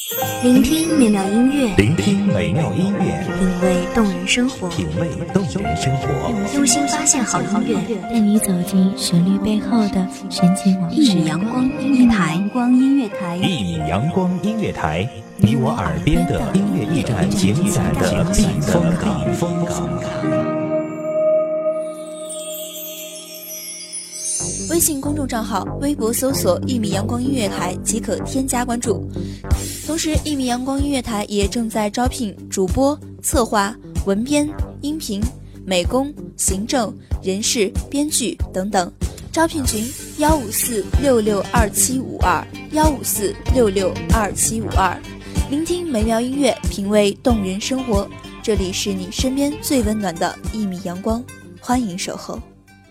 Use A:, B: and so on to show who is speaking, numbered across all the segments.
A: 聆听美妙音乐，
B: 聆听美妙音乐，
A: 品味动人生活，
B: 品味动人生活，
A: 用心发现好音乐，
C: 带你走进旋律背后的神奇往事。
A: 一米阳光音乐台，
B: 一米阳光音乐台，你我耳边的音乐驿站，情感的避风港。
D: 微信公众账号、微博搜索“一米阳光音乐台”即可添加关注。同时，一米阳光音乐台也正在招聘主播、策划、文编、音频、美工、行政、人事、编剧等等。招聘群154662752，154662752。聆听美妙音乐，品味动人生活。这里是你身边最温暖的一米阳光，欢迎守候。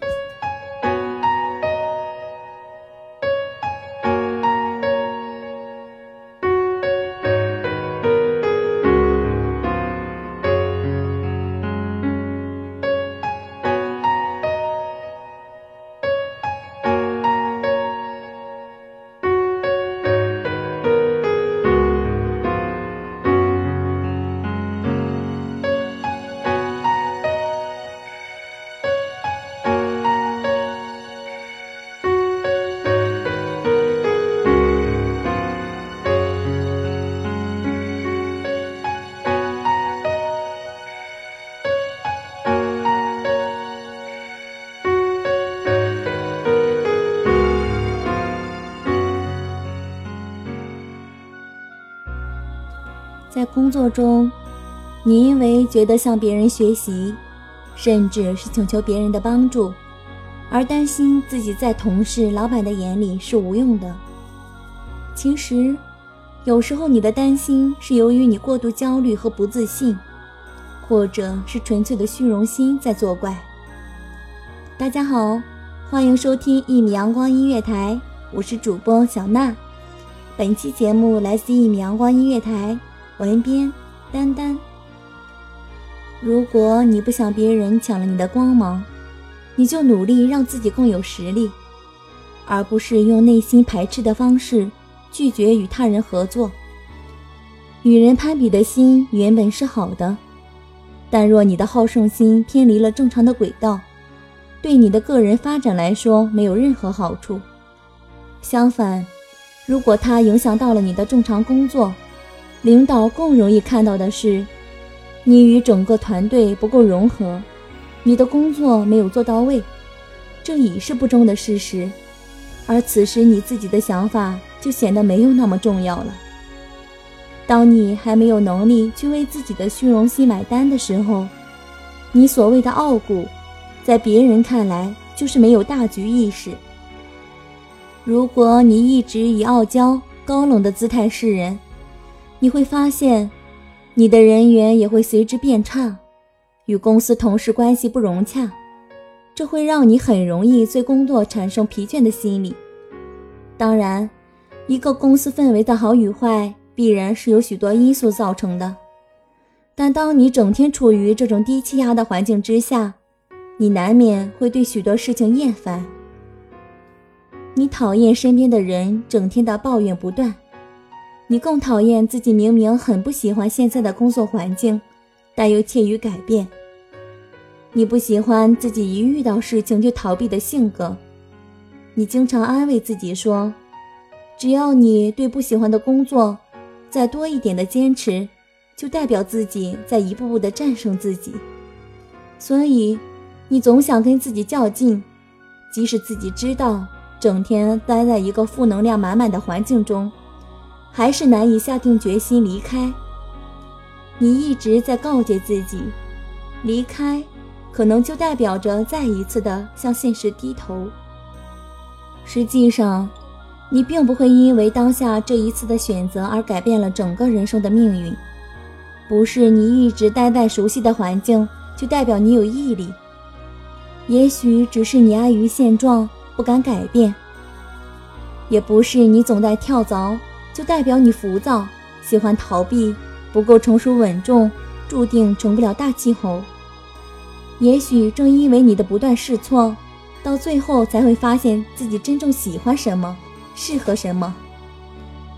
C: 在工作中，你因为觉得向别人学习，甚至是请求别人的帮助，而担心自己在同事、老板的眼里是无用的。其实，有时候你的担心是由于你过度焦虑和不自信，或者是纯粹的虚荣心在作怪。大家好，欢迎收听一米阳光音乐台，我是主播小娜。本期节目来自一米阳光音乐台，文编丹丹。如果你不想别人抢了你的光芒，你就努力让自己更有实力，而不是用内心排斥的方式拒绝与他人合作。与人攀比的心原本是好的，但若你的好胜心偏离了正常的轨道，对你的个人发展来说没有任何好处。相反，如果它影响到了你的正常工作，领导更容易看到的是你与整个团队不够融合，你的工作没有做到位，这已是不争的事实，而此时你自己的想法就显得没有那么重要了。当你还没有能力去为自己的虚荣心买单的时候，你所谓的傲骨在别人看来就是没有大局意识。如果你一直以傲娇高冷的姿态示人，你会发现你的人缘也会随之变差，与公司同事关系不融洽，这会让你很容易对工作产生疲倦的心理。当然，一个公司氛围的好与坏必然是由许多因素造成的，但当你整天处于这种低气压的环境之下，你难免会对许多事情厌烦。你讨厌身边的人整天的抱怨不断，你更讨厌自己明明很不喜欢现在的工作环境，但又怯于改变。你不喜欢自己一遇到事情就逃避的性格，你经常安慰自己说，只要你对不喜欢的工作再多一点的坚持，就代表自己在一步步地战胜自己。所以你总想跟自己较劲，即使自己知道整天待在一个负能量满满的环境中，还是难以下定决心离开。你一直在告诫自己，离开可能就代表着再一次的向现实低头。实际上，你并不会因为当下这一次的选择而改变了整个人生的命运。不是你一直待在熟悉的环境就代表你有毅力，也许只是你安于现状不敢改变。也不是你总在跳蚤就代表你浮躁喜欢逃避，不够成熟稳重，注定成不了大气候。也许正因为你的不断试错，到最后才会发现自己真正喜欢什么，适合什么。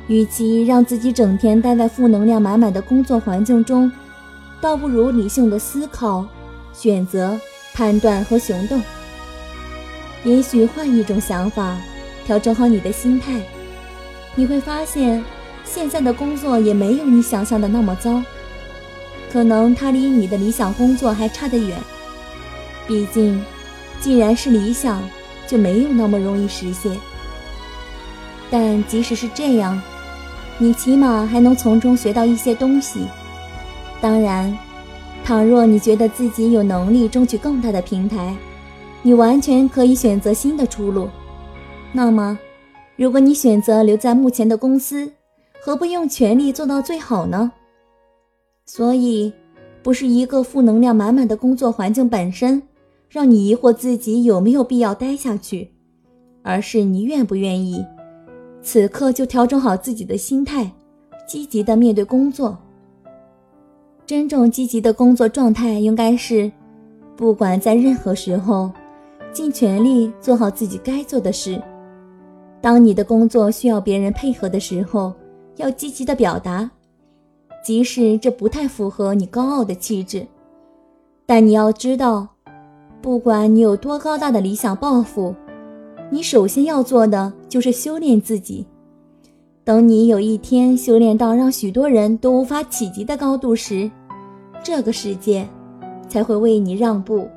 C: 与其让自己整天待在负能量满满的工作环境中，倒不如理性的思考、选择、判断和行动。也许换一种想法，调整好你的心态，你会发现现在的工作也没有你想象的那么糟，可能它离你的理想工作还差得远。毕竟既然是理想，就没有那么容易实现。但即使是这样，你起码还能从中学到一些东西。当然，倘若你觉得自己有能力争取更大的平台，你完全可以选择新的出路。那么，如果你选择留在目前的公司，何不用全力做到最好呢？所以，不是一个负能量满满的工作环境本身让你疑惑自己有没有必要待下去，而是你愿不愿意此刻就调整好自己的心态，积极地面对工作。真正积极的工作状态应该是，不管在任何时候，尽全力做好自己该做的事。当你的工作需要别人配合的时候，要积极地表达，即使这不太符合你高傲的气质。但你要知道，不管你有多高大的理想抱负，你首先要做的就是修炼自己。等你有一天修炼到让许多人都无法企及的高度时，这个世界才会为你让步。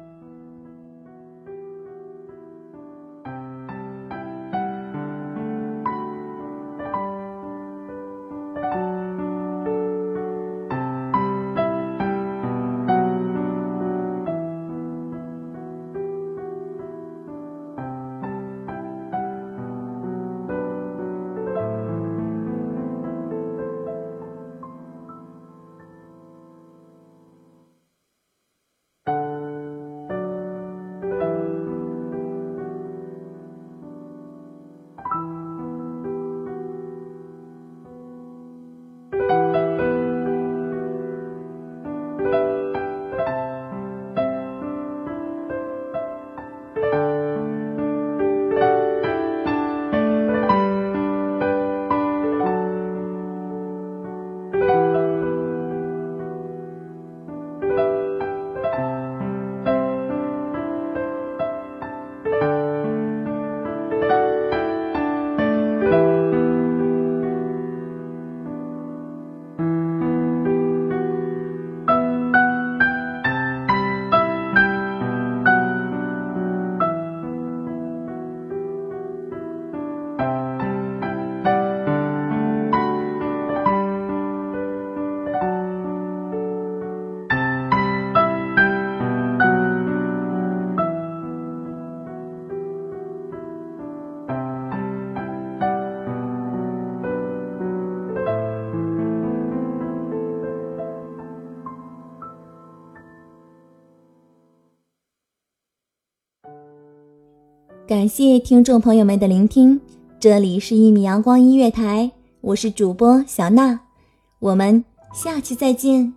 C: 感谢听众朋友们的聆听，这里是1米阳光音乐台，我是主播小娜，我们下期再见。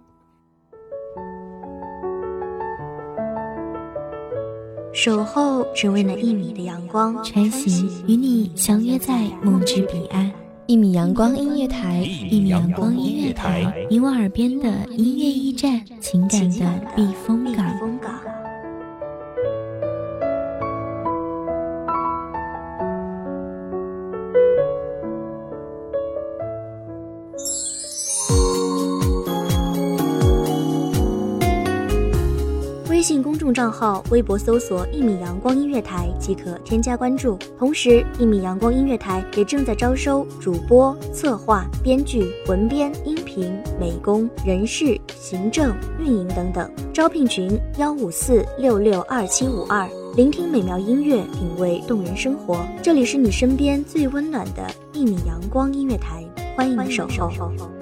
A: 守候只为那1米的阳光，
E: 穿行与你相约在梦之彼岸。1米阳光音乐台，1米阳光音乐台，你我耳边的音乐驿站，情感的避风港。
A: 微信公众账号、微博搜索1米阳光音乐台即可添加关注。同时，1米阳光音乐台也正在招收主播、策划、编剧、文编、音频、美工、人事、行政、运营等等。招聘群154662752。聆听美妙音乐，品味动人生活。这里是你身边最温暖的1米阳光音乐台，欢迎你守候。